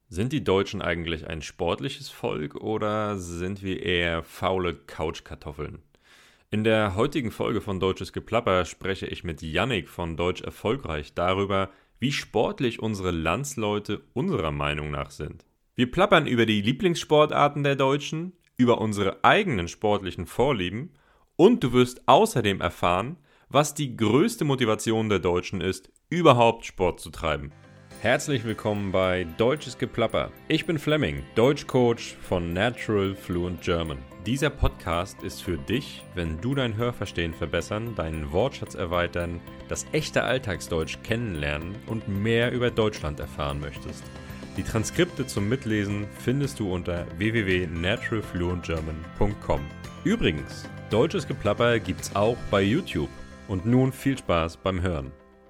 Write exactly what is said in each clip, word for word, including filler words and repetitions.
Sind die Deutschen eigentlich ein sportliches Volk oder sind wir eher faule Couchkartoffeln? In der heutigen Folge von Deutsches Geplapper spreche ich mit Yannick von Deutsch Erfolgreich darüber, wie sportlich unsere Landsleute unserer Meinung nach sind. Wir plappern über die Lieblingssportarten der Deutschen, über unsere eigenen sportlichen Vorlieben und du wirst außerdem erfahren, was die größte Motivation der Deutschen ist, überhaupt Sport zu treiben. Herzlich willkommen bei Deutsches Geplapper. Ich bin Flemming, Deutschcoach von Natural Fluent German. Dieser Podcast ist für dich, wenn du dein Hörverstehen verbessern, deinen Wortschatz erweitern, das echte Alltagsdeutsch kennenlernen und mehr über Deutschland erfahren möchtest. Die Transkripte zum Mitlesen findest du unter w w w punkt natural fluent german punkt com. Übrigens, Deutsches Geplapper gibt's auch bei YouTube. Und nun viel Spaß beim Hören.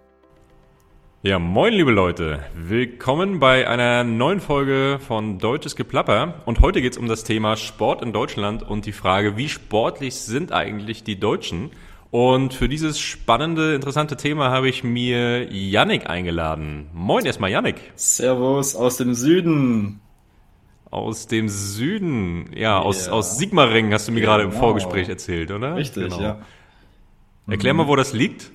Ja, moin liebe Leute, willkommen bei einer neuen Folge von Deutsches Geplapper und heute geht es um das Thema Sport in Deutschland und die Frage, wie sportlich sind eigentlich die Deutschen? Und für dieses spannende, interessante Thema habe ich mir Yannick eingeladen. Moin erstmal Yannick. Servus aus dem Süden. Aus dem Süden, ja, aus, ja. aus Sigmaringen hast du mir genau. gerade im Vorgespräch erzählt, oder? Richtig, genau. ja. Erklär mal, wo das liegt.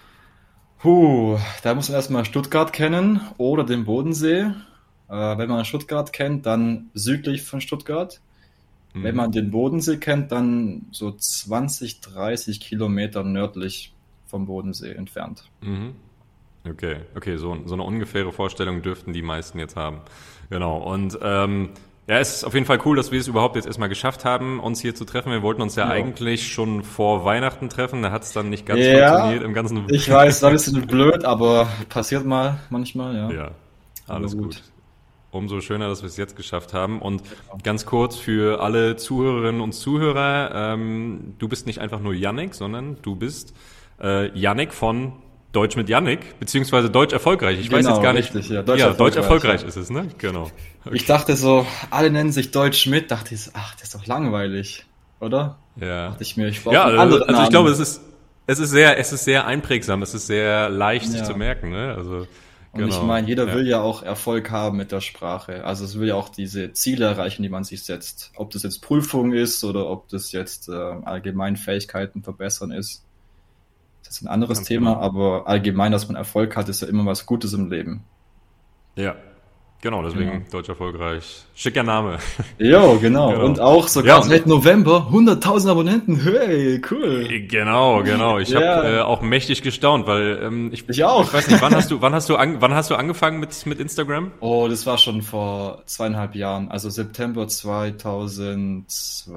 Puh, da muss man erstmal Stuttgart kennen oder den Bodensee. Äh, wenn man Stuttgart kennt, dann südlich von Stuttgart. Mhm. Wenn man den Bodensee kennt, dann so zwanzig, dreißig Kilometer nördlich vom Bodensee entfernt. Mhm. Okay, okay, so, so eine ungefähre Vorstellung dürften die meisten jetzt haben. Genau, und ähm, ja, es ist auf jeden Fall cool, dass wir es überhaupt jetzt erstmal geschafft haben, uns hier zu treffen. Wir wollten uns ja, ja. eigentlich schon vor Weihnachten treffen, da hat es dann nicht ganz ja, funktioniert im ganzen... Ich weiß, war ein bisschen blöd, aber passiert mal manchmal, ja. Ja, alles gut. gut. Umso schöner, dass wir es jetzt geschafft haben. Und ganz kurz für alle Zuhörerinnen und Zuhörer, ähm, du bist nicht einfach nur Yannick, sondern du bist äh, Yannick von Deutsch mit Yannick, beziehungsweise Deutsch Erfolgreich. Ich genau, weiß jetzt gar nicht. Richtig, ja, Deutsch, ja, erfolgreich, Deutsch Erfolgreich ja. ist es, ne? Genau. Okay. Ich dachte so, alle nennen sich Deutsch mit, dachte ich so, ach, das ist doch langweilig, oder? Ja. Dachte ich mir, ich brauche ja, einen anderen also ich Namen. glaube, es ist, es ist sehr, es ist sehr einprägsam, es ist sehr leicht, sich ja. zu merken, ne? Also, und genau. ich meine, jeder ja. will ja auch Erfolg haben mit der Sprache. Also es will ja auch diese Ziele erreichen, die man sich setzt. Ob das jetzt Prüfung ist oder ob das jetzt äh, allgemein Fähigkeiten verbessern ist. Das ist ein anderes Ganz Thema, genau. aber allgemein, dass man Erfolg hat, ist ja immer was Gutes im Leben. Ja, genau, deswegen ja. Deutsch Erfolgreich. Schicker Name. Jo, genau. genau. Und auch sogar ja, seit November hunderttausend Abonnenten. Hey, cool. Genau, genau. Ich ja. habe äh, auch mächtig gestaunt, weil ähm, ich, ich auch. Ich weiß nicht, wann hast du, wann hast du, an, wann hast du angefangen mit mit Instagram? Oh, das war schon vor zweieinhalb Jahren, also September zwanzig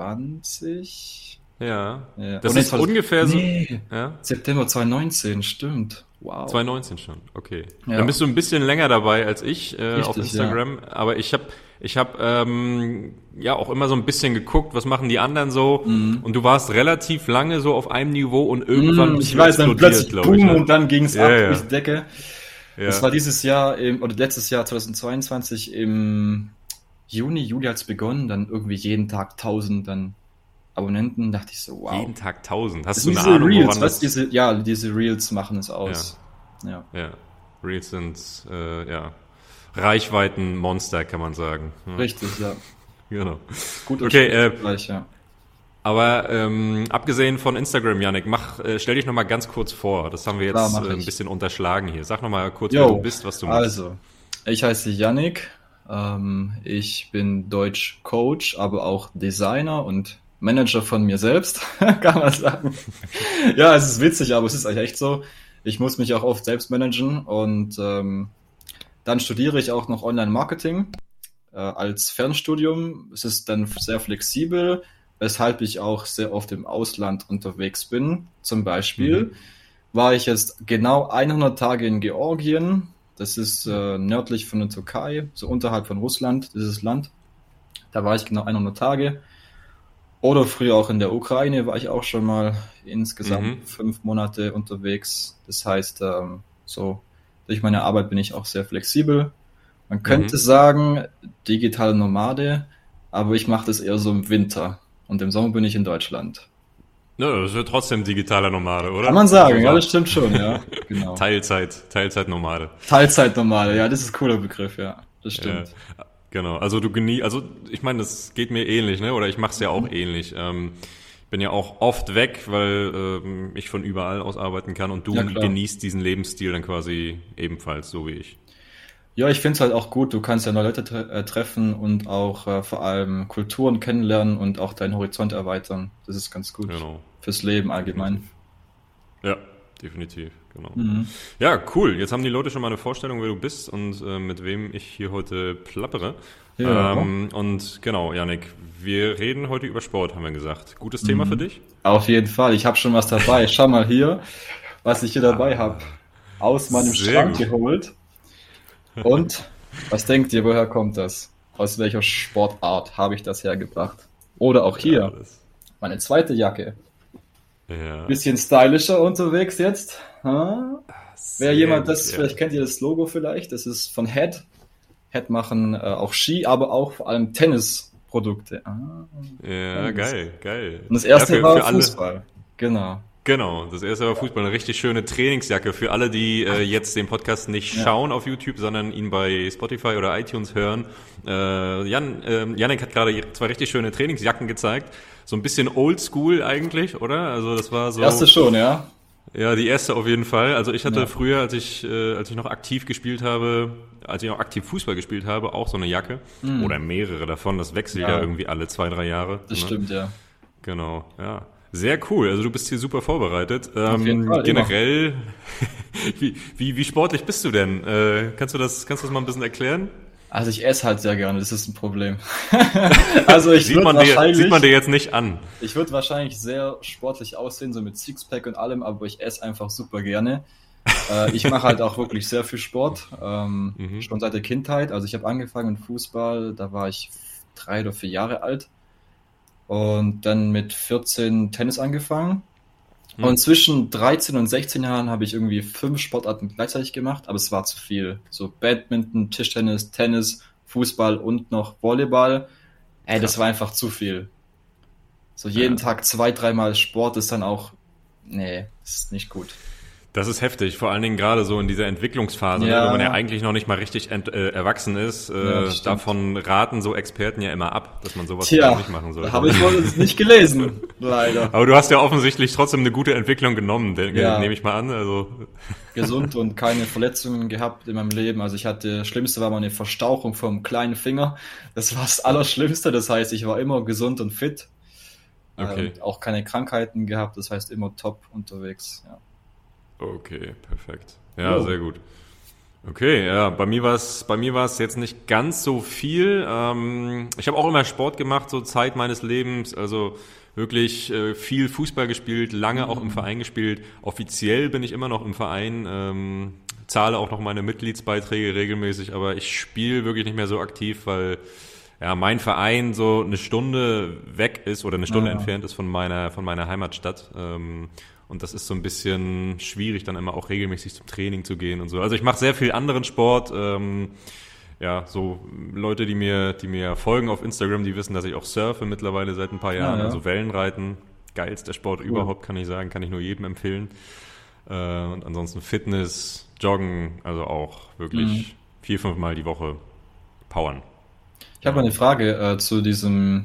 zwanzig. Ja, ja. das ist ungefähr so... Nee, ja? September zwanzig neunzehn, stimmt. Wow. zwanzig neunzehn schon, okay. Ja. Dann bist du ein bisschen länger dabei als ich äh, Richtig, auf Instagram, ja. aber ich habe ich hab, ähm, ja auch immer so ein bisschen geguckt, was machen die anderen so mhm. und du warst relativ lange so auf einem Niveau und irgendwann mhm, bist ich weiß, dann plötzlich boom ich, ne? und dann ging's ja, ab ja. durch die Decke. Ja. Das war dieses Jahr, im, oder letztes Jahr zweitausendzweiundzwanzig im Juni, Juli hat's begonnen, dann irgendwie jeden Tag tausend, dann Abonnenten, dachte ich so, wow. Jeden Tag tausend. Hast das du eine diese Ahnung, Reels, woran was das... Diese, ja, diese Reels machen es aus. Ja, ja. ja. Reels sind, äh, ja, Reichweitenmonster, kann man sagen. Ja. Richtig, ja. Genau. Gut, okay, äh, gleich, ja. Aber ähm, abgesehen von Instagram, Yannick, mach, äh, stell dich nochmal ganz kurz vor. Das haben wir jetzt Klar, äh, ein bisschen unterschlagen hier. Sag nochmal kurz, Yo, wer du bist, was du machst. Also, ich heiße Yannick. Ähm, ich bin Deutsch-Coach, aber auch Designer und Manager von mir selbst, kann man sagen. Ja, es ist witzig, aber es ist eigentlich echt so. Ich muss mich auch oft selbst managen und ähm, dann studiere ich auch noch Online-Marketing äh, als Fernstudium. Es ist dann sehr flexibel, weshalb ich auch sehr oft im Ausland unterwegs bin. Zum Beispiel mhm. war ich jetzt genau hundert Tage in Georgien. Das ist äh, nördlich von der Türkei, so unterhalb von Russland, dieses Land. Da war ich genau hundert Tage. Oder früher auch in der Ukraine war ich auch schon mal insgesamt mhm. fünf Monate unterwegs. Das heißt, ähm, so durch meine Arbeit bin ich auch sehr flexibel. Man könnte mhm. sagen, digitale Nomade, aber ich mache das eher so im Winter. Und im Sommer bin ich in Deutschland. Nö, das wird trotzdem digitaler Nomade, oder? Kann man sagen, ja, das stimmt schon, ja. Genau. Teilzeit, Teilzeitnomade. Teilzeitnomade, ja, das ist ein cooler Begriff, ja. Das stimmt. Ja. genau. Also du genießt, also ich meine, das geht mir ähnlich, ne? Oder ich mache es ja auch mhm. ähnlich. Ähm, ich bin ja auch oft weg, weil ähm, ich von überall aus arbeiten kann und du ja, genießt diesen Lebensstil dann quasi ebenfalls, so wie ich. Ja, ich finde es halt auch gut, du kannst ja neue Leute tre- äh, treffen und auch äh, vor allem Kulturen kennenlernen und auch deinen Horizont erweitern. Das ist ganz gut genau. Fürs Leben allgemein. Ja, definitiv, genau. Mhm. Ja, cool. Jetzt haben die Leute schon mal eine Vorstellung, wer du bist und äh, mit wem ich hier heute plappere. Ja. Ähm, und genau, Yannick, wir reden heute über Sport, haben wir gesagt. Gutes mhm. Thema für dich? Auf jeden Fall, ich habe schon was dabei. Schau mal hier, was ich hier dabei ah, habe. Aus meinem Schrank gut. geholt. Und, was denkt ihr, woher kommt das? Aus welcher Sportart habe ich das hergebracht? Oder auch hier, ja, meine zweite Jacke. Ja. Bisschen stylischer unterwegs jetzt. Hm? Wer jemand das, ja. vielleicht kennt ihr das Logo vielleicht, das ist von Head. Head machen äh, auch Ski, aber auch vor allem Tennisprodukte. Ah, ja, Tennis. geil, geil. Und das erste ja, für, war für Fußball. Alle. Genau. Genau, das erste war Fußball, eine richtig schöne Trainingsjacke für alle, die äh, jetzt den Podcast nicht ja. schauen auf YouTube, sondern ihn bei Spotify oder iTunes hören. Äh, Jan, äh, Yannick hat gerade zwei richtig schöne Trainingsjacken gezeigt, so ein bisschen oldschool eigentlich, oder? Also das war so. Erste schon, ja. Ja, die erste auf jeden Fall. Also ich hatte ja. früher, als ich äh, als ich noch aktiv gespielt habe, als ich noch aktiv Fußball gespielt habe, auch so eine Jacke mhm. oder mehrere davon. Das wechselt ja. ja irgendwie alle zwei, drei Jahre. Das ne? stimmt, ja. Genau, ja. Sehr cool, also du bist hier super vorbereitet. Ähm, Auf jeden Fall, generell, wie, wie, wie sportlich bist du denn? Äh, kannst du das, kannst du das mal ein bisschen erklären? Also ich esse halt sehr gerne, das ist ein Problem. also ich sieht, man dir, sieht man dir jetzt nicht an. Ich würde wahrscheinlich sehr sportlich aussehen, so mit Sixpack und allem, aber ich esse einfach super gerne. äh, ich mache halt auch wirklich sehr viel Sport, ähm, mhm. schon seit der Kindheit. Also ich habe angefangen mit Fußball, da war ich drei oder vier Jahre alt. Und dann mit vierzehn Tennis angefangen. Hm. Und zwischen dreizehn und sechzehn Jahren habe ich irgendwie fünf Sportarten gleichzeitig gemacht, aber es war zu viel. So Badminton, Tischtennis, Tennis, Fußball und noch Volleyball. Ey, das war einfach zu viel. So jeden ja. Tag zwei, dreimal Sport ist dann auch, nee, ist nicht gut. Das ist heftig, vor allen Dingen gerade so in dieser Entwicklungsphase, ja. ne, wo man ja eigentlich noch nicht mal richtig ent, äh, erwachsen ist. Äh, ja, davon raten so Experten ja immer ab, dass man sowas Tja, nicht machen soll. Habe ich wohl nicht gelesen, leider. Aber du hast ja offensichtlich trotzdem eine gute Entwicklung genommen, den, ja. nehme ich mal an. Also gesund und keine Verletzungen gehabt in meinem Leben. Also ich hatte, das Schlimmste war mal eine Verstauchung vom kleinen Finger. Das war das Allerschlimmste, das heißt, ich war immer gesund und fit. Okay. Äh, auch keine Krankheiten gehabt, das heißt immer top unterwegs, ja. Okay, perfekt. Ja, oh. sehr gut. Okay, ja, bei mir war es bei mir war es jetzt nicht ganz so viel. Ähm, ich habe auch immer Sport gemacht, so Zeit meines Lebens, also wirklich äh, viel Fußball gespielt, lange auch im Verein gespielt. Offiziell bin ich immer noch im Verein, ähm, zahle auch noch meine Mitgliedsbeiträge regelmäßig, aber ich spiele wirklich nicht mehr so aktiv, weil ja mein Verein so eine Stunde weg ist oder eine Stunde ja. entfernt ist von meiner von meiner Heimatstadt. Ähm, Und das ist so ein bisschen schwierig, dann immer auch regelmäßig zum Training zu gehen und so. Also ich mache sehr viel anderen Sport. Ähm, ja, so Leute, die mir, die mir folgen auf Instagram, die wissen, dass ich auch surfe mittlerweile seit ein paar Jahren. Ja, ja. Also Wellenreiten, geilster Sport cool. überhaupt, kann ich sagen, kann ich nur jedem empfehlen. Äh, und ansonsten Fitness, Joggen, also auch wirklich mhm. vier, fünf Mal die Woche powern. Ich habe mal eine Frage äh, zu diesem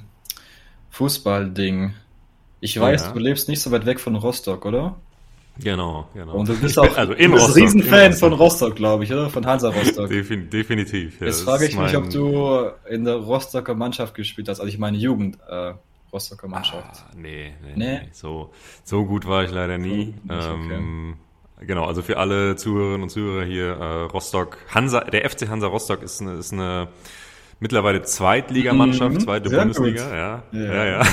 Fußball-Ding. Ich weiß, ja. du lebst nicht so weit weg von Rostock, oder? Genau, genau. Und du bist auch also im du bist Rostock, Riesenfan von Rostock, glaube ich, oder? Von Hansa Rostock. Defin- definitiv. Ja, Jetzt frage ich mich, mein... ob du in der Rostocker Mannschaft gespielt hast. Also ich meine Jugend äh, Rostocker Mannschaft. Ah, nee, nee, nee, nee. So, so gut war ich leider nie. So, nicht, okay. ähm, genau, also für alle Zuhörerinnen und Zuhörer hier, äh, Rostock, Hansa, der F C Hansa Rostock ist eine, ist eine mittlerweile Zweitligamannschaft, mhm, zweite Bundesliga, ja, ja, ja. ja.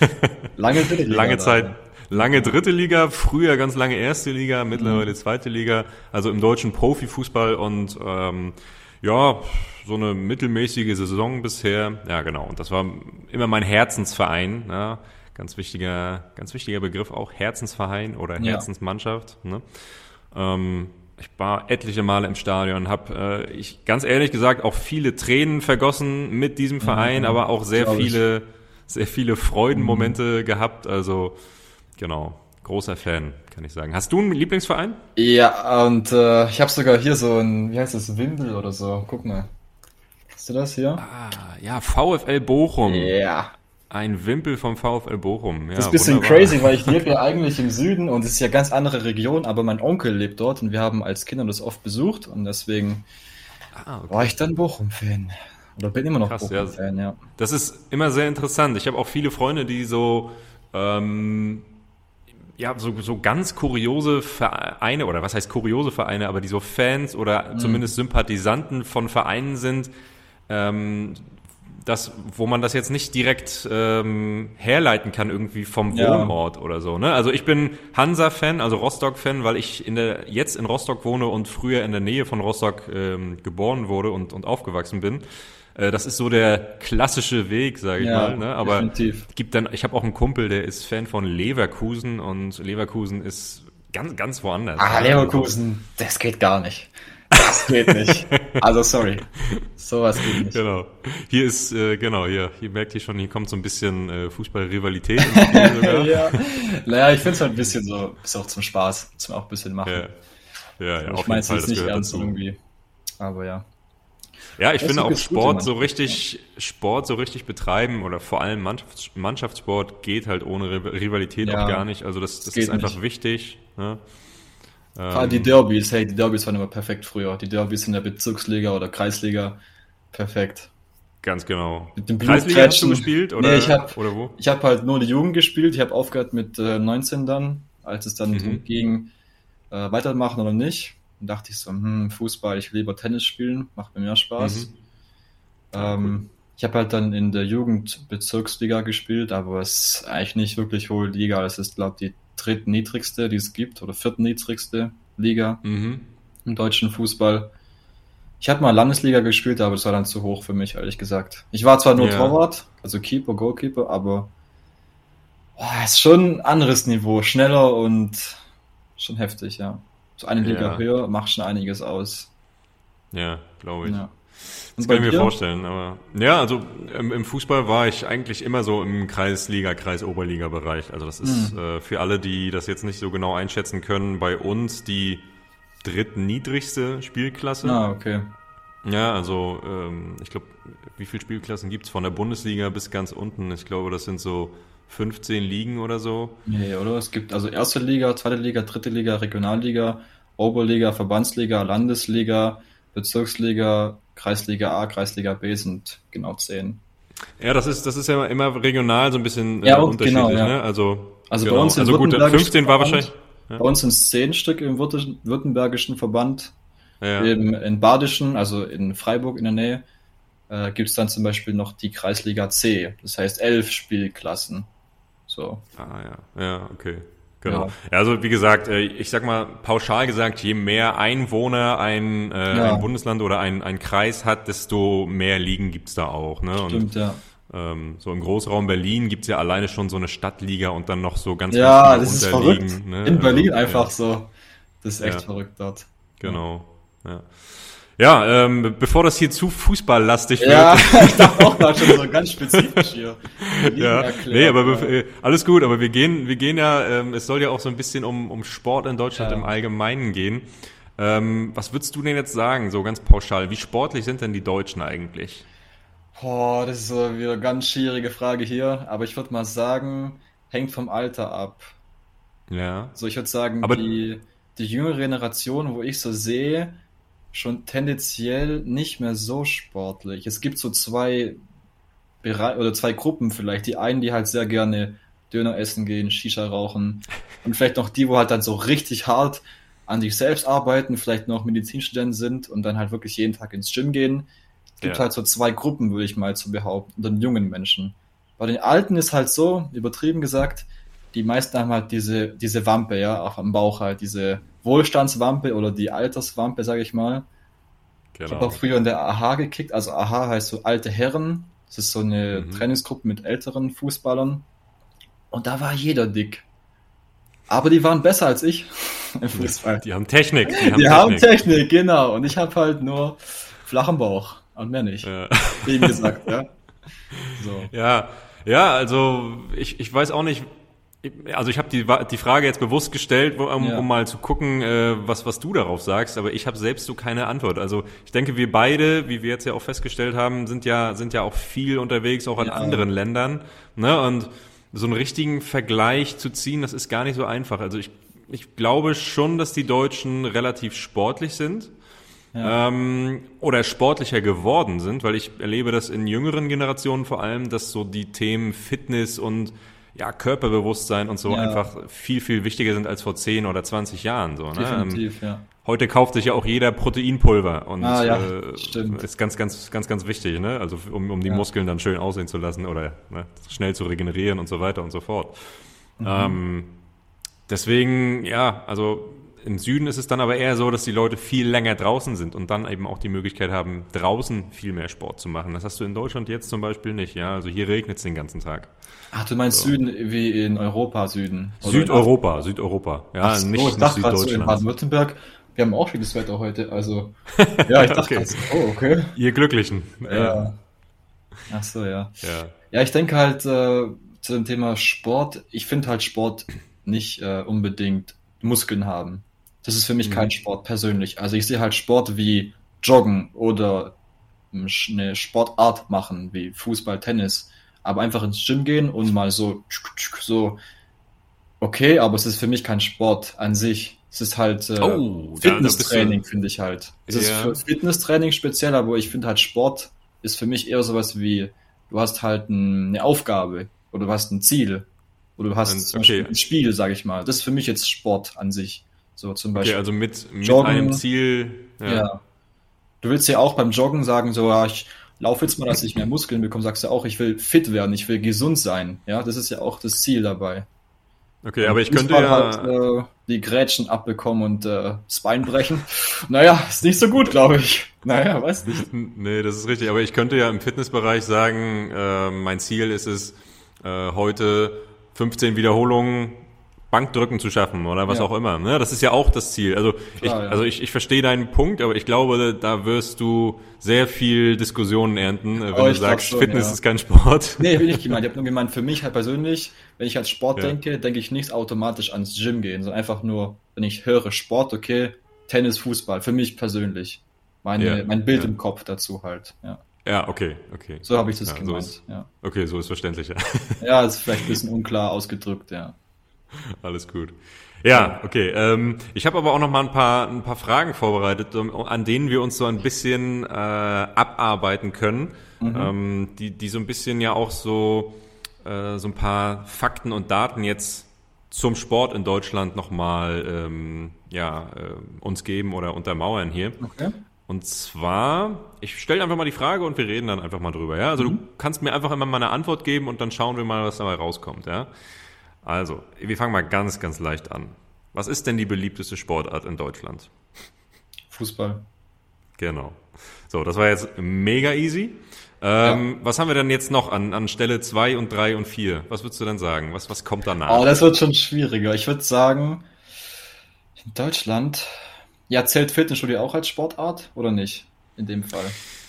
Lange dritte Liga. Lange Zeit, lange dritte Liga, früher ganz lange erste Liga, mittlerweile mhm. zweite Liga, also im deutschen Profifußball und ähm, ja, so eine mittelmäßige Saison bisher, ja genau, und das war immer mein Herzensverein, ja, ganz wichtiger, ganz wichtiger Begriff auch, Herzensverein oder Herzensmannschaft, ja. ne? Ähm, Ich war etliche Male im Stadion, habe, äh, ich ganz ehrlich gesagt, auch viele Tränen vergossen mit diesem Verein, mhm, aber auch sehr viele, ich. sehr viele Freudenmomente mhm. gehabt. Also genau, großer Fan, kann ich sagen. Hast du einen Lieblingsverein? Ja, und äh, ich habe sogar hier so ein, wie heißt das, Windel oder so. Guck mal. Hast du das hier? Ah, Ja, VfL Bochum. Ja. Yeah. Ein Wimpel vom VfL Bochum. Ja, das ist ein bisschen wunderbar. crazy, weil ich lebe ja eigentlich im Süden und es ist ja ganz andere Region, aber mein Onkel lebt dort und wir haben als Kinder das oft besucht und deswegen ah, okay. war ich dann Bochum-Fan. Oder bin immer noch Bochum-Fan, ja. Das ist immer sehr interessant. Ich habe auch viele Freunde, die so ähm, ja, so, so ganz kuriose Vereine, oder was heißt kuriose Vereine, aber die so Fans oder mhm. zumindest Sympathisanten von Vereinen sind, ähm, das, wo man das jetzt nicht direkt ähm, herleiten kann irgendwie vom Wohnort ja. oder so. Ne? Also ich bin Hansa-Fan, also Rostock-Fan, weil ich in der, jetzt in Rostock wohne und früher in der Nähe von Rostock ähm, geboren wurde und, und aufgewachsen bin. Äh, das ist so der klassische Weg, sage ich ja, mal. Ne? Aber definitiv. Gibt dann, ich habe auch einen Kumpel, der ist Fan von Leverkusen und Leverkusen ist ganz, ganz woanders. Ah, Leverkusen, das geht gar nicht. Das geht nicht. Also sorry. Sowas geht nicht. Genau. Hier ist, äh, genau, hier, hier merkt ihr schon, hier kommt so ein bisschen äh, Fußball-Rivalität ins Spiel sogar. ja. Naja, ich finde es halt ein bisschen so, ist auch zum Spaß, zum auch ein bisschen machen. Ja, ja, ja ich meine es jetzt nicht ernst dazu. Irgendwie. Aber ja. Ja, ich das finde auch Sport gute, so richtig, Sport so richtig betreiben oder vor allem Mannschafts- Mannschaftssport geht halt ohne Rivalität ja, auch gar nicht. Also das, das ist einfach nicht. Wichtig. Ne? Ähm, die Derbys, hey, die Derbys waren immer perfekt früher. Die Derbys in der Bezirksliga oder Kreisliga, perfekt. Ganz genau. Mit dem Kreisliga hast du gespielt? Oder, nee, ich habe oder wo? Ich habe halt nur die Jugend gespielt. Ich habe aufgehört mit äh, neunzehn dann, als es dann mhm. ging, äh, weitermachen oder nicht. Dann dachte ich so, hm, Fußball, ich will lieber Tennis spielen, macht mir mehr Spaß. Mhm. Ähm, cool. Ich habe halt dann in der Jugend Bezirksliga gespielt, aber es ist eigentlich nicht wirklich hohe Liga. Es ist, glaube ich, die drittniedrigste, die es gibt, oder viertniedrigste Liga mhm. im deutschen Fußball. Ich habe mal Landesliga gespielt, aber das war dann zu hoch für mich, ehrlich gesagt. Ich war zwar nur ja. Torwart, also Keeper, Goalkeeper, aber es ist schon ein anderes Niveau, schneller und schon heftig, ja. So eine Liga ja. höher macht schon einiges aus. Ja, glaube ich. Ja. Das kann ich mir vorstellen, aber ja, also im, im Fußball war ich eigentlich immer so im Kreisliga, Kreis-Oberliga-Bereich. Also das ist mhm. äh, für alle, die das jetzt nicht so genau einschätzen können, bei uns die drittniedrigste Spielklasse. Ah, okay. Ja, also ähm, ich glaube, wie viele Spielklassen gibt's von der Bundesliga bis ganz unten? Ich glaube, das sind so fünfzehn Ligen oder so. Nee, oder? Es gibt also erste Liga, zweite Liga, dritte Liga, Regionalliga, Oberliga, Verbandsliga, Landesliga, Bezirksliga, Kreisliga A, Kreisliga B sind genau zehn. Ja, das ist das ist ja immer regional so ein bisschen ja, äh, unterschiedlich. Genau, ja. Ne? Also, also genau. bei uns in also gut, fünfzehn war wahrscheinlich. Ja. Bei uns sind es zehn Stück im württembergischen Verband. Ja. Eben in Badischen, also in Freiburg in der Nähe, äh, gibt es dann zum Beispiel noch die Kreisliga C. Das heißt elf Spielklassen. So. Ah ja, ja, okay. Genau. Ja. Ja, also wie gesagt, ich sag mal pauschal gesagt, je mehr Einwohner ein, äh, ja. ein Bundesland oder ein, ein Kreis hat, desto mehr Ligen gibt's da auch. Ne? Stimmt, und, ja. Ähm, so im Großraum Berlin gibt's ja alleine schon so eine Stadtliga und dann noch so ganz ja, das ist verrückt. Ne? In Berlin also, einfach ja. so. Das ist echt ja. verrückt dort. Genau. Ja. Ja, ähm, bevor das hier zu fußballlastig wird. Ja, ich dachte auch mal schon so ganz spezifisch hier. Ja, erklärt, nee, aber ja. alles gut, aber wir gehen, wir gehen ja, ähm, es soll ja auch so ein bisschen um, um Sport in Deutschland ja. im Allgemeinen gehen. Ähm, was würdest du denn jetzt sagen, so ganz pauschal? Wie sportlich sind denn die Deutschen eigentlich? Boah, das ist so wieder eine ganz schwierige Frage hier, aber ich würde mal sagen, hängt vom Alter ab. Ja. So, ich würde sagen, aber die, die jüngere Generation, wo ich so sehe, schon tendenziell nicht mehr so sportlich. Es gibt so zwei Bereiche oder zwei Gruppen vielleicht. Die einen, die halt sehr gerne Döner essen gehen, Shisha rauchen und vielleicht noch die, wo halt dann so richtig hart an sich selbst arbeiten, vielleicht noch Medizinstudenten sind und dann halt wirklich jeden Tag ins Gym gehen. Es gibt ja. halt so zwei Gruppen, würde ich mal so behaupten, unter den jungen Menschen. Bei den Alten ist halt so, übertrieben gesagt, die meisten haben halt diese, diese Wampe, ja, auch am Bauch halt, diese Wohlstandswampe oder die Alterswampe, sage ich mal. Genau. Ich habe auch früher in der A H gekickt, also A H heißt so alte Herren. Das ist so eine mhm. Trainingsgruppe mit älteren Fußballern. Und da war jeder dick. Aber die waren besser als ich im Fußball. Die haben Technik. Die haben, die Technik. haben Technik, genau. Und ich habe halt nur flachen Bauch und mehr nicht. Ja. Wie gesagt, ja. So. Ja, ja, also ich, ich weiß auch nicht, Also ich habe die, die Frage jetzt bewusst gestellt, um, Ja. um mal zu gucken, äh, was, was du darauf sagst, aber ich habe selbst so keine Antwort. Also ich denke, wir beide, wie wir jetzt ja auch festgestellt haben, sind ja, sind ja auch viel unterwegs, auch in Ja. anderen Ländern. Ne? Und so einen richtigen Vergleich zu ziehen, das ist gar nicht so einfach. Also ich, ich glaube schon, dass die Deutschen relativ sportlich sind. Ja. Ähm, oder sportlicher geworden sind, weil ich erlebe das in jüngeren Generationen vor allem, dass so die Themen Fitness und ja, Körperbewusstsein und so Ja. einfach viel, viel wichtiger sind als vor zehn oder zwanzig Jahren. So, ne? Definitiv, ja. Heute kauft sich ja auch jeder Proteinpulver und Ah, ja, äh, stimmt. ist ganz, ganz, ganz, ganz wichtig, ne? Also um, um die Ja. Muskeln dann schön aussehen zu lassen oder ne, schnell zu regenerieren und so weiter und so fort. Mhm. Ähm, deswegen, ja, also im Süden ist es dann aber eher so, dass die Leute viel länger draußen sind und dann eben auch die Möglichkeit haben, draußen viel mehr Sport zu machen. Das hast du in Deutschland jetzt zum Beispiel nicht, ja. Also hier regnet es den ganzen Tag. Ach, du meinst So. Süden wie in Europa, Süden? Oder in Südeuropa, Südeuropa, ja, Ach so, nicht, ich nicht dachte gerade so in Süddeutschland. Baden-Württemberg. Wir haben auch schönes Wetter heute, also ja, ich dachte Okay. gerade so, oh, okay. Ihr Glücklichen. Ja. Ach so, ja. ja. Ja, ich denke halt äh, zu dem Thema Sport, ich finde halt Sport nicht äh, unbedingt Muskeln haben. Das ist für mich Mhm. kein Sport persönlich. Also ich sehe halt Sport wie Joggen oder ähm, sch- eine Sportart machen, wie Fußball, Tennis, aber einfach ins Gym gehen und mal so, tschuk, tschuk, so, okay, aber es ist für mich kein Sport an sich. Es ist halt äh, Oh, da- da bist Fitnesstraining, du- finde ich halt. Es ist Ja. für Fitnesstraining speziell, aber ich finde halt Sport ist für mich eher sowas wie, du hast halt ein, eine Aufgabe oder du hast ein Ziel oder du hast Ein- zum okay. Beispiel ein Spiel, sage ich mal. Das ist für mich jetzt Sport an sich. So zum Okay, Beispiel. also mit, mit Joggen, einem Ziel. Ja. ja. Du willst ja auch beim Joggen sagen, so, ja, ich laufe jetzt mal, dass ich mehr Muskeln bekomme. Sagst du auch, ich will fit werden, ich will gesund sein. Ja, das ist ja auch das Ziel dabei. Okay, aber ich könnte Fußball ja. halt, äh, die Grätschen abbekommen und äh, das Bein brechen. Naja, ist nicht so gut, glaube ich. Naja, weiß nicht. Nee, das ist richtig. Aber ich könnte ja im Fitnessbereich sagen, äh, mein Ziel ist es, äh, heute fünfzehn Wiederholungen Bankdrücken zu schaffen oder was Ja. auch immer. Ne? Das ist ja auch das Ziel. Also ich, Klar, ja. also ich, ich verstehe deinen Punkt, aber ich glaube, da wirst du sehr viel Diskussionen ernten, äh, wenn Oh, du ich glaub sagst, schon, Fitness ja. ist kein Sport. Nee, will ich gemeint. Ich habe nur gemeint, für mich halt persönlich, wenn ich an Sport Ja. denke, denke ich nicht automatisch ans Gym gehen, sondern einfach nur, wenn ich höre Sport, okay, Tennis, Fußball, für mich persönlich. Meine, Ja, mein Bild ja. im Kopf dazu halt. Ja. Ja, okay, okay. So habe ich das Ja, so gemeint. ist- ja. Okay, so ist verständlicher. ja, ist vielleicht ein bisschen unklar ausgedrückt, ja. Alles gut. Ja, okay. Ähm, ich habe aber auch noch mal ein paar ein paar Fragen vorbereitet, um, an denen wir uns so ein bisschen äh, abarbeiten können, Mhm. ähm, die die so ein bisschen ja auch so äh, so ein paar Fakten und Daten jetzt zum Sport in Deutschland noch mal ähm, ja äh, uns geben oder untermauern hier. Okay. Und zwar, ich stelle einfach mal die Frage und wir reden dann einfach mal drüber. Ja, also du kannst mir einfach immer mal eine Antwort geben und dann schauen wir mal, was dabei rauskommt. Ja. Also, wir fangen mal ganz, ganz leicht an. Was ist denn die beliebteste Sportart in Deutschland? Fußball. Genau. So, das war jetzt mega easy. Ähm, Was haben wir denn jetzt noch an, an Stelle zwei und drei und vier? Was würdest du denn sagen? Was, was kommt danach? Oh, das wird schon schwieriger. Ich würde sagen, in Deutschland, ja, zählt Fitnessstudio auch als Sportart oder nicht? In dem Fall.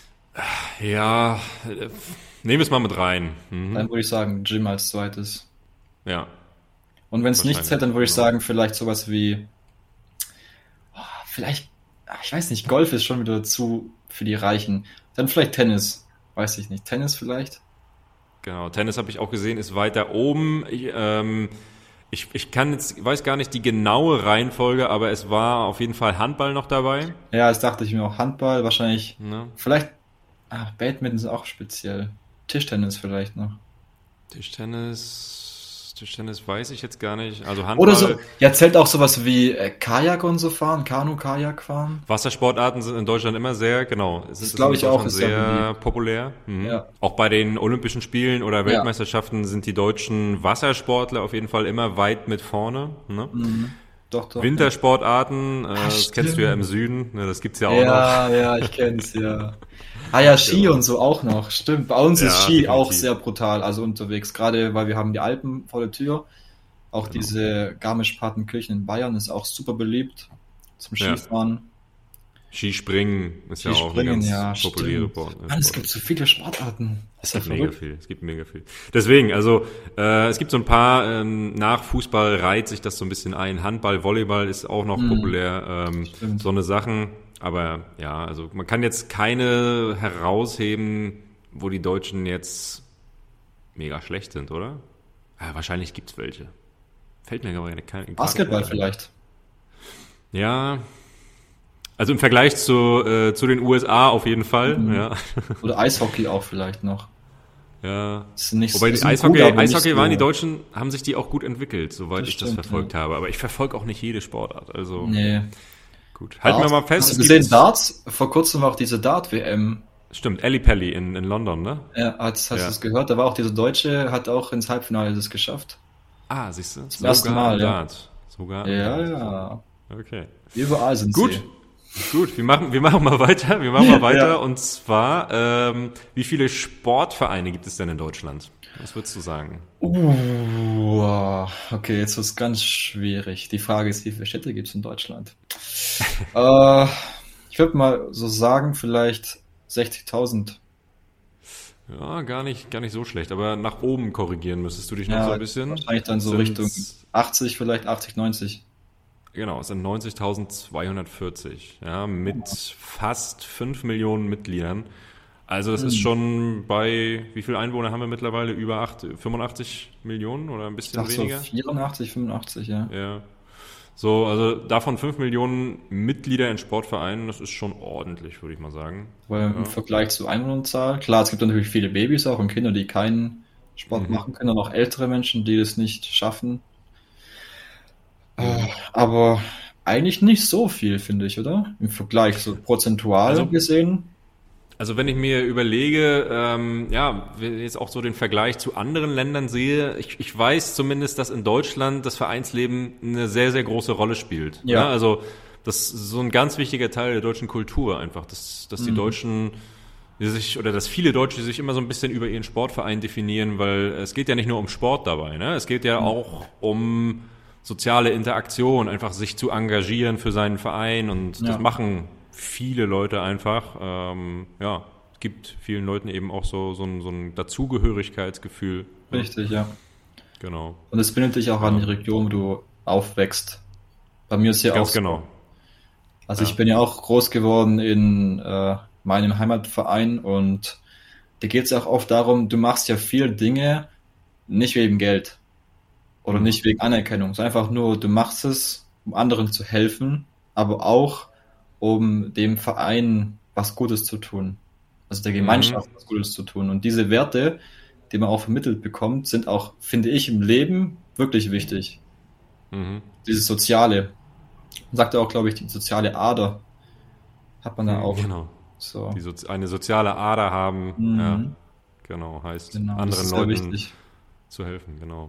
Ja, äh, nehmen wir es mal mit rein. Mhm. Dann würde ich sagen, Gym als zweites. Ja, Und wenn es nicht Wahrscheinlich, zählt, dann würde ich genau. sagen, vielleicht sowas wie, oh, vielleicht, ah, ich weiß nicht, Golf ist schon wieder zu für die Reichen. Dann vielleicht Tennis, weiß ich nicht. Tennis vielleicht? genau. Tennis habe ich auch gesehen, ist weiter oben. Ich, ähm, ich, ich kann jetzt, weiß gar nicht die genaue Reihenfolge, aber es war auf jeden Fall Handball noch dabei. Ja, das dachte ich mir auch. Handball, wahrscheinlich, Ne? vielleicht, ah, Badminton ist auch speziell. Tischtennis vielleicht noch. Tischtennis, Tischtennis weiß ich jetzt gar nicht. Also Handball, Oder so, ja, zählt auch sowas wie äh, Kajak und so fahren, Kanu, Kajak fahren. Wassersportarten sind in Deutschland immer sehr, genau, es ist glaube in ich auch, Deutschland ist sehr sehr populär. Mhm. Ja. Auch bei den Olympischen Spielen oder Weltmeisterschaften sind die deutschen Wassersportler auf jeden Fall immer weit mit vorne. Ne? Mhm. Doch, doch. Wintersportarten, äh, das stimmt. kennst du ja im Süden, ne, das gibt's ja auch Ja, ja, ich kenn's, ja. Ah ja, Ski und so auch noch, stimmt. Bei uns Ja, ist Ski auch definitiv. sehr brutal, also unterwegs, gerade weil wir haben die Alpen vor der Tür. Auch Genau. diese Garmisch-Partenkirchen in Bayern ist auch super beliebt zum Ja. Skifahren. Skispringen ist ja auch eine ganz ja, populäre stimmt. Sport. Mann, es gibt so viele Sportarten. Das Es ist ja gibt mega verrückt. viel. Es gibt mega viel. Deswegen, also äh, es gibt so ein paar, ähm, nach Fußball reiht sich das so ein bisschen ein. Handball, Volleyball ist auch noch Mhm. populär. Ähm, Stimmt. so eine Sachen. Aber ja, also man kann jetzt keine herausheben, wo die Deutschen jetzt mega schlecht sind, oder? Ja, wahrscheinlich gibt's welche. Fällt mir aber keine. Basketball vielleicht. Ja. Also im Vergleich zu, äh, zu den U S A auf jeden Fall, Mhm. ja. Oder Eishockey auch vielleicht noch. Ja. Das ist nicht, Wobei die ist nicht Eishockey, gut, aber nicht Eishockey waren die so- Deutschen, haben sich die auch gut entwickelt, soweit Das ich das stimmt, verfolgt ja. habe. Aber ich verfolge auch nicht jede Sportart. Also Nee. gut. Halten wir mal fest. Hast du es gesehen, gibt- Darts? Vor kurzem war auch diese Dart-W M. Stimmt, Ali Pelli in, in London, ne? Ja, hast, hast Ja. du es gehört? Da war auch dieser Deutsche, hat auch ins Halbfinale das geschafft. Ah, siehst du? Zum ersten Mal, ja. Dart. Sogar im Ja, Dart. ja. Okay. Überall sind Gut. sie. Gut, wir machen, wir machen mal weiter. Wir machen mal weiter. Ja. Und zwar, ähm, wie viele Sportvereine gibt es denn in Deutschland? Was würdest du sagen? Uh, okay, jetzt wird's ganz schwierig. Die Frage ist, wie viele Städte gibt's in Deutschland? äh, ich würde mal so sagen, vielleicht sechzigtausend. Ja, gar nicht, gar nicht so schlecht. Aber nach oben korrigieren müsstest du dich noch Ja, so ein bisschen. wahrscheinlich dann so Sind's- Richtung achtzig, vielleicht achtzig, neunzig. Genau, es sind neunzigtausendzweihundertvierzig, ja, mit fast fünf Millionen Mitgliedern. Also das ist schon bei, wie viele Einwohner haben wir mittlerweile? Über acht, fünfundachtzig Millionen oder ein Ich bisschen dachte so weniger? vierundachtzig, fünfundachtzig, ja. Ja. So, also davon fünf Millionen Mitglieder in Sportvereinen, das ist schon ordentlich, würde ich mal sagen. Weil im Vergleich zur Einwohnerzahl, klar, es gibt natürlich viele Babys auch und Kinder, die keinen Sport Mhm. machen können, und auch ältere Menschen, die das nicht schaffen. Äh, aber eigentlich nicht so viel, finde ich, oder? Im Vergleich, so prozentual Also- gesehen. Also wenn ich mir überlege, ähm, ja, jetzt auch so den Vergleich zu anderen Ländern sehe, ich, ich weiß zumindest, dass in Deutschland das Vereinsleben eine sehr, sehr große Rolle spielt. Ja. Ne? Also das ist so ein ganz wichtiger Teil der deutschen Kultur einfach, dass, dass die Mhm. Deutschen die sich, oder dass viele Deutsche sich immer so ein bisschen über ihren Sportverein definieren, weil es geht ja nicht nur um Sport dabei, ne? Es geht ja auch um soziale Interaktion, einfach sich zu engagieren für seinen Verein und Ja. das machen viele Leute einfach. Ähm, ja, es gibt vielen Leuten eben auch so, so ein, so ein Dazugehörigkeitsgefühl. Richtig, ja. Genau. Und es bindet dich auch an die Region, wo du aufwächst. Bei mir ist ja auch Ganz so. genau. Also Ja. ich bin ja auch groß geworden in äh, meinem Heimatverein und da geht es ja auch oft darum, du machst ja viele Dinge nicht wegen Geld oder Mhm. nicht wegen Anerkennung, sondern einfach nur, du machst es, um anderen zu helfen, aber auch, um dem Verein was Gutes zu tun. Also der Gemeinschaft was Gutes zu tun. Und diese Werte, die man auch vermittelt bekommt, sind auch, finde ich, im Leben wirklich wichtig. Mhm. Dieses Soziale. Man sagt ja auch, glaube ich, die soziale Ader hat man da auch. Genau. So. Die Sozi- eine soziale Ader haben, Mhm. ja, genau, heißt Genau, das anderen ist sehr Leuten wichtig. zu helfen, genau.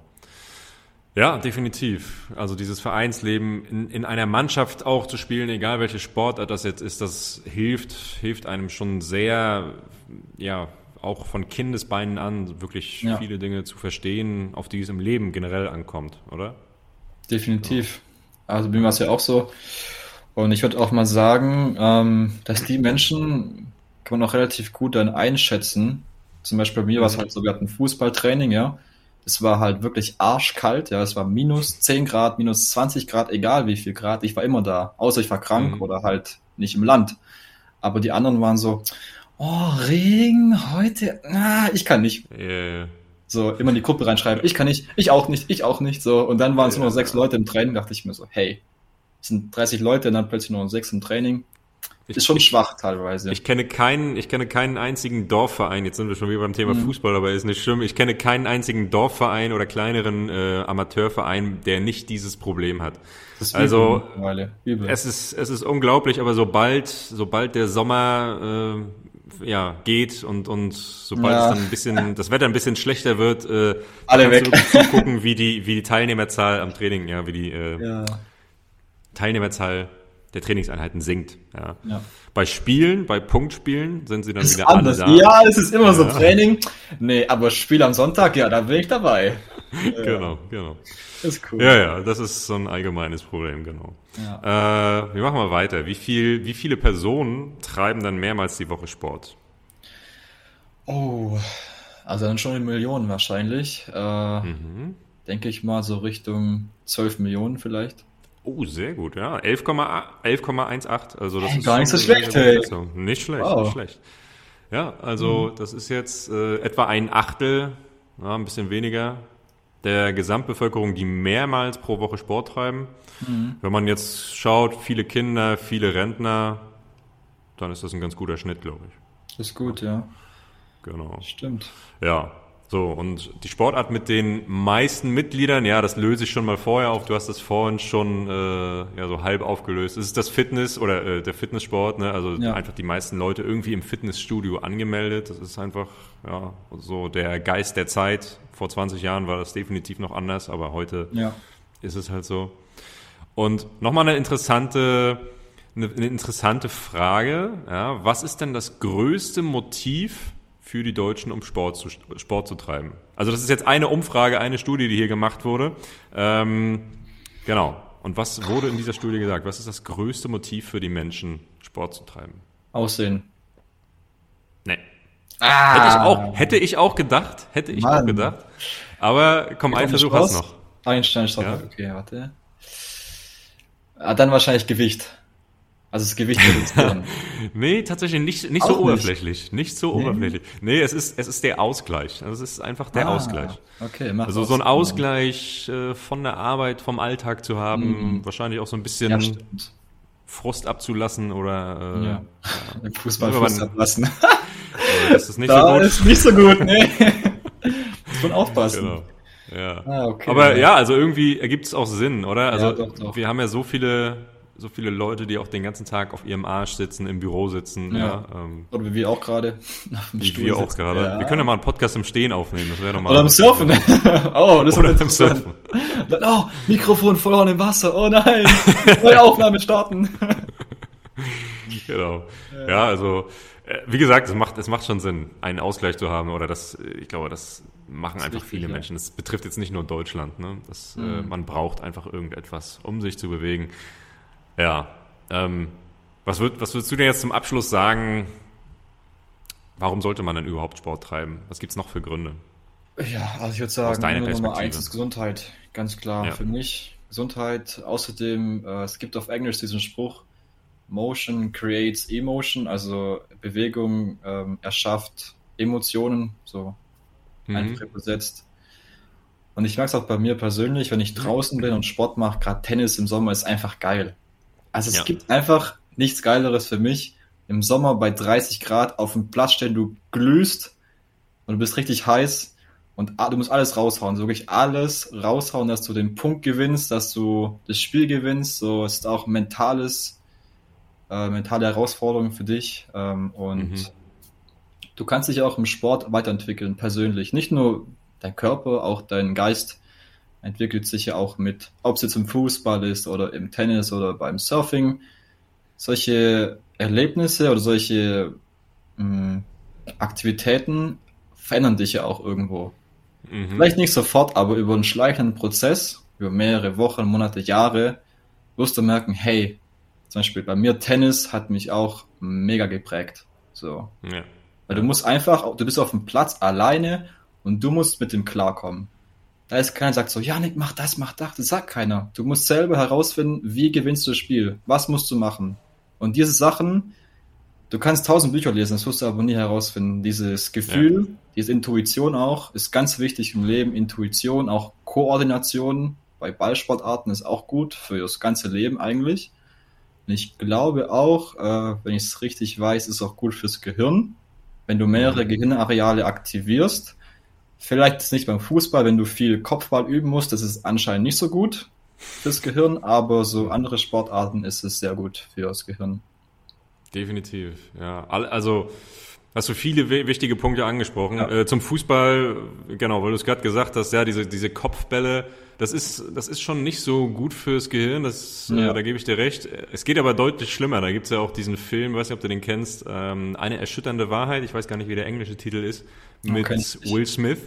Ja, definitiv. Also dieses Vereinsleben in, in einer Mannschaft auch zu spielen, egal welche Sportart das jetzt ist, das hilft, hilft einem schon sehr, ja, auch von Kindesbeinen an wirklich Ja. viele Dinge zu verstehen, auf die es im Leben generell ankommt, oder? Definitiv. Also bei mir war es ja auch so. Und ich würde auch mal sagen, ähm, dass die Menschen kann man auch relativ gut dann einschätzen. Zum Beispiel bei mir war es halt so, wir hatten Fußballtraining, ja. Es war halt wirklich arschkalt, ja. Es war minus zehn Grad, minus zwanzig Grad, egal wie viel Grad. Ich war immer da, außer ich war krank Mhm. oder halt nicht im Land. Aber die anderen waren so, oh, Regen heute, ah, ich kann nicht. Äh, So, immer in die Gruppe reinschreiben, ich kann nicht, ich auch nicht, ich auch nicht, so. Und dann waren es nur noch Ja. sechs Leute im Training, dachte ich mir so, hey, es sind dreißig Leute und dann plötzlich nur noch sechs im Training. Ich- Ist schon schwach teilweise. Ich kenne keinen, ich kenne keinen einzigen Dorfverein, jetzt sind wir schon wieder beim Thema Mhm. Fußball, aber ist nicht schlimm. Ich kenne keinen einzigen Dorfverein oder kleineren äh, Amateurverein, der nicht dieses Problem hat. Das ist also, übel mittlerweile. Übel. Es ist, es ist unglaublich, aber sobald, sobald der Sommer äh, ja, geht und, und sobald Ja. es dann ein bisschen, das Wetter ein bisschen schlechter wird, äh, Alle kannst weg. du zugucken, wie die, wie die Teilnehmerzahl am Training, ja, wie die äh, Ja, Teilnehmerzahl der Trainingseinheiten sinkt. Ja. ja. Bei Spielen, bei Punktspielen sind sie dann Ist wieder anders. alle da. Ja, es ist immer so Ja. Training. Nee, aber Spiel am Sonntag, ja, da bin ich dabei. Genau, genau. Ist cool. Ja, ja, das ist so ein allgemeines Problem, genau. Ja. Äh, wir machen mal weiter. Wie viel, wie viele Personen treiben dann mehrmals die Woche Sport? Oh, also dann schon in Millionen wahrscheinlich. Äh, Mhm. denke ich mal so Richtung zwölf Millionen vielleicht. Oh, sehr gut, ja. elf Komma achtzehn. Also das Hey, ist gar nicht schon so eine schlecht, sehr gute hey. Schätzung. Nicht schlecht, Wow. nicht schlecht. Ja, also das ist jetzt äh, etwa ein Achtel, ja, ein bisschen weniger, der Gesamtbevölkerung, die mehrmals pro Woche Sport treiben. Mhm. Wenn man jetzt schaut, viele Kinder, viele Rentner, dann ist das ein ganz guter Schnitt, glaube ich. Das ist gut, ja. Genau. Stimmt. Ja, so, und die Sportart mit den meisten Mitgliedern, ja, das löse ich schon mal vorher auf. Du hast das vorhin schon äh, ja, so halb aufgelöst. Es ist das Fitness oder äh, der Fitnesssport, ne? Also Ja. einfach die meisten Leute irgendwie im Fitnessstudio angemeldet. Das ist einfach ja so der Geist der Zeit. Vor zwanzig Jahren war das definitiv noch anders, aber heute Ja. ist es halt so. Und nochmal eine interessante, eine, eine interessante Frage. Ja, was ist denn das größte Motiv für die Deutschen, um Sport zu, Sport zu treiben? Also das ist jetzt eine Umfrage, eine Studie, die hier gemacht wurde. Ähm, genau. Und was wurde in dieser Studie gesagt? Was ist das größte Motiv für die Menschen, Sport zu treiben? Aussehen. Nee. Ah, Hätte ich auch, hätte ich auch gedacht. Hätte ich Mann. auch gedacht. Aber komm, ein Kommt Versuch nicht hast du raus? noch. Einstein, stopp. Ja. Okay, warte. Ah, dann wahrscheinlich Gewicht. Also das Gewicht reduzieren. Nee, tatsächlich nicht, nicht Auch so nicht. oberflächlich. Nicht so Nee? oberflächlich. Nee, es ist, es ist der Ausgleich. Also es ist einfach der Ah, Ausgleich. Okay, mach Also was. so ein Ausgleich äh, von der Arbeit, vom Alltag zu haben, Mhm. wahrscheinlich auch so ein bisschen Ja, stimmt. Frust abzulassen oder äh, Ja. Im Fußball Aber Fuß man- ablassen. äh, das ist nicht Da so gut. ist nicht so gut, ne? Muss man aufpassen. Genau. Ja. Ah, okay. Aber ja, also irgendwie ergibt es auch Sinn, oder? Also Ja, doch, doch. wir haben ja so viele, so viele Leute, die auch den ganzen Tag auf ihrem Arsch sitzen, im Büro sitzen, ja. Ja. ähm, Oder wie wir auch gerade. auf dem wie Stuhl wir auch sitzen. gerade. Ja. Wir können ja mal einen Podcast im Stehen aufnehmen, das wäre doch mal. Oder am Surfen. Oh, das ist Oder aber im Surfen. Dann, oh, Mikrofon verloren im Wasser. Oh nein. Neue Aufnahme starten. Genau. Ja, also äh, wie gesagt, es macht, es macht schon Sinn, einen Ausgleich zu haben. Oder das, äh, ich glaube, das machen ist einfach wichtig, viele ja. Menschen. Das betrifft jetzt nicht nur Deutschland. Ne? Das, äh, Mhm. man braucht einfach irgendetwas, um sich zu bewegen. Ja. Ähm, was, würd, was würdest du denn jetzt zum Abschluss sagen? Warum sollte man denn überhaupt Sport treiben? Was gibt's noch für Gründe? Ja, also ich würde sagen, deiner Nummer Perspektive. eins ist Gesundheit. Ganz klar Ja. für mich. Gesundheit. Außerdem, äh, es gibt auf Englisch diesen Spruch, Motion creates emotion, also Bewegung ähm, erschafft Emotionen, so einfach Mhm. übersetzt. Und ich merke es auch bei mir persönlich, wenn ich draußen bin und Sport mache, gerade Tennis im Sommer ist einfach geil. Also es Ja. gibt einfach nichts Geileres für mich, im Sommer bei dreißig Grad auf dem Platz stehen, du glühst und du bist richtig heiß und ah, du musst alles raushauen, so wirklich alles raushauen, dass du den Punkt gewinnst, dass du das Spiel gewinnst, so es ist auch mentales, äh, mentale Herausforderung für dich ähm, und Mhm. du kannst dich auch im Sport weiterentwickeln, persönlich. Nicht nur dein Körper, auch dein Geist entwickelt sich ja auch mit, ob es jetzt im Fußball ist oder im Tennis oder beim Surfing. Solche Erlebnisse oder solche mh, Aktivitäten verändern dich ja auch irgendwo. Mhm. Vielleicht nicht sofort, aber über einen schleichenden Prozess, über mehrere Wochen, Monate, Jahre, wirst du merken, hey, zum Beispiel bei mir Tennis hat mich auch mega geprägt. So. Ja. Weil du musst einfach, du bist auf dem Platz alleine und du musst mit dem klarkommen. Da ist keiner, der sagt so, Janik, mach das, mach das. Das sagt keiner. Du musst selber herausfinden, wie gewinnst du das Spiel? Was musst du machen? Und diese Sachen, du kannst tausend Bücher lesen, das wirst du aber nie herausfinden. Dieses Gefühl, diese Intuition auch, ist ganz wichtig im Leben. Intuition, auch Koordination bei Ballsportarten ist auch gut für das ganze Leben eigentlich. Und ich glaube auch, äh, wenn ich es richtig weiß, ist auch gut fürs Gehirn. Wenn du mehrere Mhm. Gehirnareale aktivierst, vielleicht ist nicht beim Fußball, wenn du viel Kopfball üben musst, das ist anscheinend nicht so gut fürs Gehirn, aber so andere Sportarten ist es sehr gut fürs Gehirn. Definitiv, ja. All- Also hast du viele wi- wichtige Punkte angesprochen. Ja. Äh, zum Fußball, genau, weil du es gerade gesagt hast, ja, diese, diese Kopfbälle, das ist, das ist schon nicht so gut fürs Gehirn, das, Ja. äh, da gebe ich dir recht. Es geht aber deutlich schlimmer. Da gibt's ja auch diesen Film, weiß nicht, ob du den kennst, ähm, Eine erschütternde Wahrheit, ich weiß gar nicht, wie der englische Titel ist, Oh, mit kenn ich nicht. Will Smith.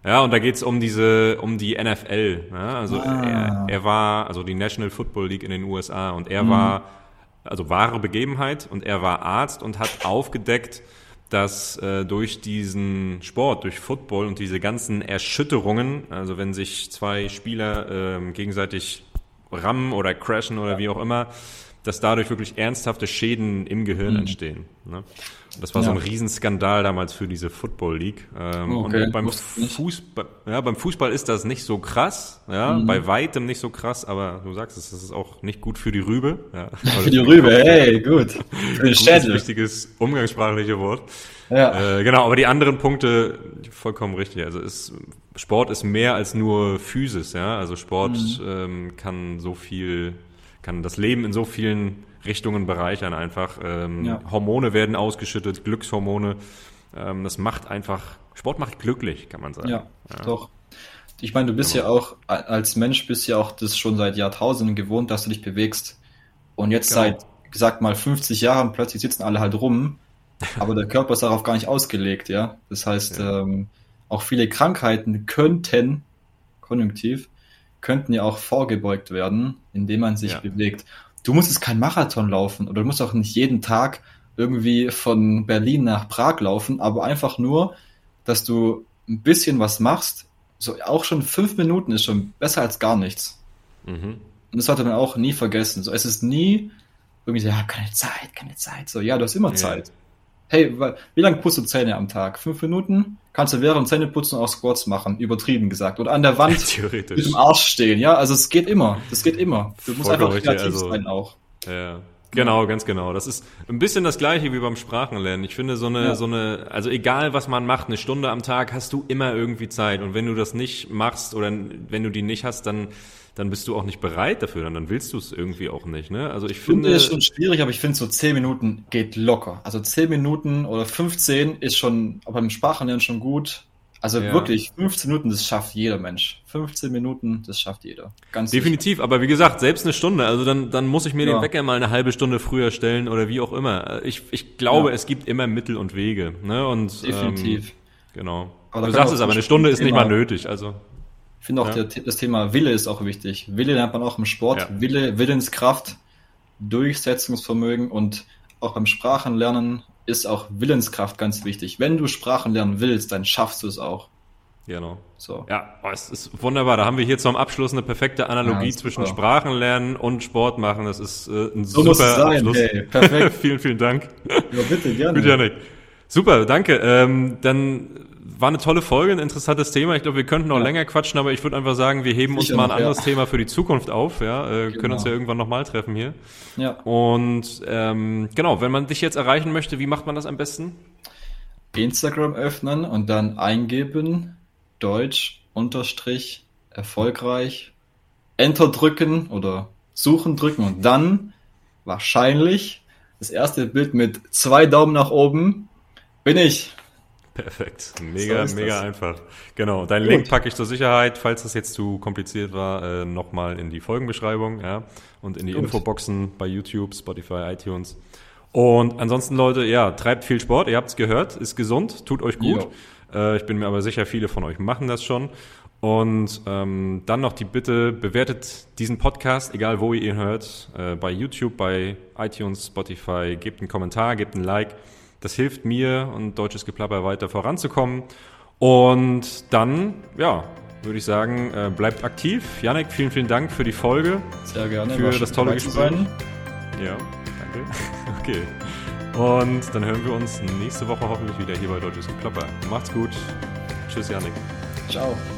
Ja, und da geht's um diese, um die N F L. Ja? Also Ah. er, er war, also die National Football League in den U S A und er Mhm. war, also wahre Begebenheit und er war Arzt und hat aufgedeckt, dass äh, durch diesen Sport, durch Football und diese ganzen Erschütterungen, also wenn sich zwei Spieler ähm, gegenseitig rammen oder crashen oder wie auch immer, dass dadurch wirklich ernsthafte Schäden im Gehirn Mhm. entstehen. Ne? Und das war so Ja. ein Riesenskandal damals für diese Football League. Ähm, Okay, und beim wusste ich nicht. Fußball, ja, beim Fußball ist das nicht so krass, ja, Mhm. bei weitem nicht so krass, aber du sagst es, das ist auch nicht gut für die Rübe. Ja, Für die Rübe, hey, gut. Für den Gutes, Schädel. wichtiges umgangssprachliche Wort. Ja. Äh, genau, aber die anderen Punkte, vollkommen richtig. Also ist, Sport ist mehr als nur Physis, ja. Also Sport Mhm. ähm, kann so viel, kann das Leben in so vielen Richtungen bereichern einfach. Ähm, Ja. Hormone werden ausgeschüttet, Glückshormone. Ähm, das macht einfach, Sport macht glücklich, kann man sagen. Ja, doch. Ich meine, du bist ja auch, als Mensch bist ja auch das schon seit Jahrtausenden gewohnt, dass du dich bewegst. Und jetzt Genau. seit, gesagt mal, fünfzig Jahren plötzlich sitzen alle halt rum, aber der Körper ist darauf gar nicht ausgelegt, ja. Das heißt, Ja. ähm, auch viele Krankheiten könnten, konjunktiv, könnten ja auch vorgebeugt werden, indem man sich Ja. bewegt. Du musst jetzt kein Marathon laufen oder du musst auch nicht jeden Tag irgendwie von Berlin nach Prag laufen, aber einfach nur, dass du ein bisschen was machst. So auch schon fünf Minuten ist schon besser als gar nichts. Mhm. Und das sollte man auch nie vergessen. So, es ist nie irgendwie so, ja, keine Zeit, keine Zeit. So, ja, du hast immer Ja. Zeit. Hey, wa- wie lange putzt du Zähne am Tag? Fünf Minuten? Kannst du während Zähneputzen auch Squats machen, übertrieben gesagt. Oder an der Wand mit Theoretisch. dem Arsch stehen. Ja, also es geht immer. Das geht immer. Du musst Vollkommen einfach richtig, kreativ also- sein auch. Ja, genau, ganz genau. Das ist ein bisschen das Gleiche wie beim Sprachenlernen. Ich finde so eine, Ja. so eine, also egal was man macht, eine Stunde am Tag hast du immer irgendwie Zeit. Und wenn du das nicht machst oder wenn du die nicht hast, dann, dann bist du auch nicht bereit dafür. Dann, dann willst du es irgendwie auch nicht. Ne? Also ich Stunde finde, ist schon schwierig, aber ich finde so zehn Minuten geht locker. Also zehn Minuten oder fünfzehn ist schon, auch beim Sprachenlernen schon gut. Also Ja. wirklich, fünfzehn Minuten, das schafft jeder Mensch. fünfzehn Minuten, das schafft jeder. Ganz sicher. definitiv. Aber wie gesagt, selbst eine Stunde. Also dann, dann muss ich mir Ja. den Wecker mal eine halbe Stunde früher stellen oder wie auch immer. Ich, ich glaube, Ja. es gibt immer Mittel und Wege. Ne? Und Definitiv. Ähm, genau. Aber da Du kann sagst man es, auch aber eine zum Stunde ist nicht Thema- mal nötig. Also Ich finde auch Ja. der, das Thema Wille ist auch wichtig. Wille lernt man auch im Sport. Ja. Wille, Willenskraft, Durchsetzungsvermögen und auch beim Sprachenlernen ist auch Willenskraft ganz wichtig. Wenn du Sprachen lernen willst, dann schaffst du es auch. genau. So. Ja, oh, es ist wunderbar. Da haben wir hier zum Abschluss eine perfekte Analogie Ja, super. zwischen Sprachen lernen und Sport machen. Das ist äh, ein So muss super es sein. Abschluss. Hey, perfekt. vielen, vielen Dank. Ja, bitte, gerne. Gut, Janik. Super, danke. Ähm, dann war eine tolle Folge, ein interessantes Thema. Ich glaube, wir könnten noch Ja. länger quatschen, aber ich würde einfach sagen, wir heben uns Sicher mal ein noch, anderes ja. Thema für die Zukunft auf. Ja, äh, können Genau. uns ja irgendwann nochmal treffen hier. Ja. Und ähm, genau, wenn man dich jetzt erreichen möchte, wie macht man das am besten? Instagram öffnen und dann eingeben, Deutsch, Unterstrich, erfolgreich, Enter drücken oder Suchen drücken und dann wahrscheinlich das erste Bild mit zwei Daumen nach oben bin ich. Perfekt. Mega, So ist mega das. einfach. Genau. Deinen Gut. Link packe ich zur Sicherheit, falls das jetzt zu kompliziert war, äh, nochmal in die Folgenbeschreibung, ja. Und in die Gut. Infoboxen bei YouTube, Spotify, iTunes. Und ansonsten, Leute, ja, treibt viel Sport. Ihr habt es gehört, ist gesund, tut euch gut. Äh, ich bin mir aber sicher, viele von euch machen das schon. Und ähm, dann noch die Bitte, bewertet diesen Podcast, egal wo ihr ihn hört, äh, bei YouTube, bei iTunes, Spotify, gebt einen Kommentar, gebt ein Like. Das hilft mir und Deutsches Geplapper weiter voranzukommen. Und dann, ja, würde ich sagen, äh, bleibt aktiv. Janik, vielen, vielen Dank für die Folge. Sehr gerne. Für War schön das tolle dabei zu Gespräch. sein. Ja, danke. Okay. Und dann hören wir uns nächste Woche hoffentlich wieder hier bei Deutsches Geplapper. Macht's gut. Tschüss, Janik. Ciao.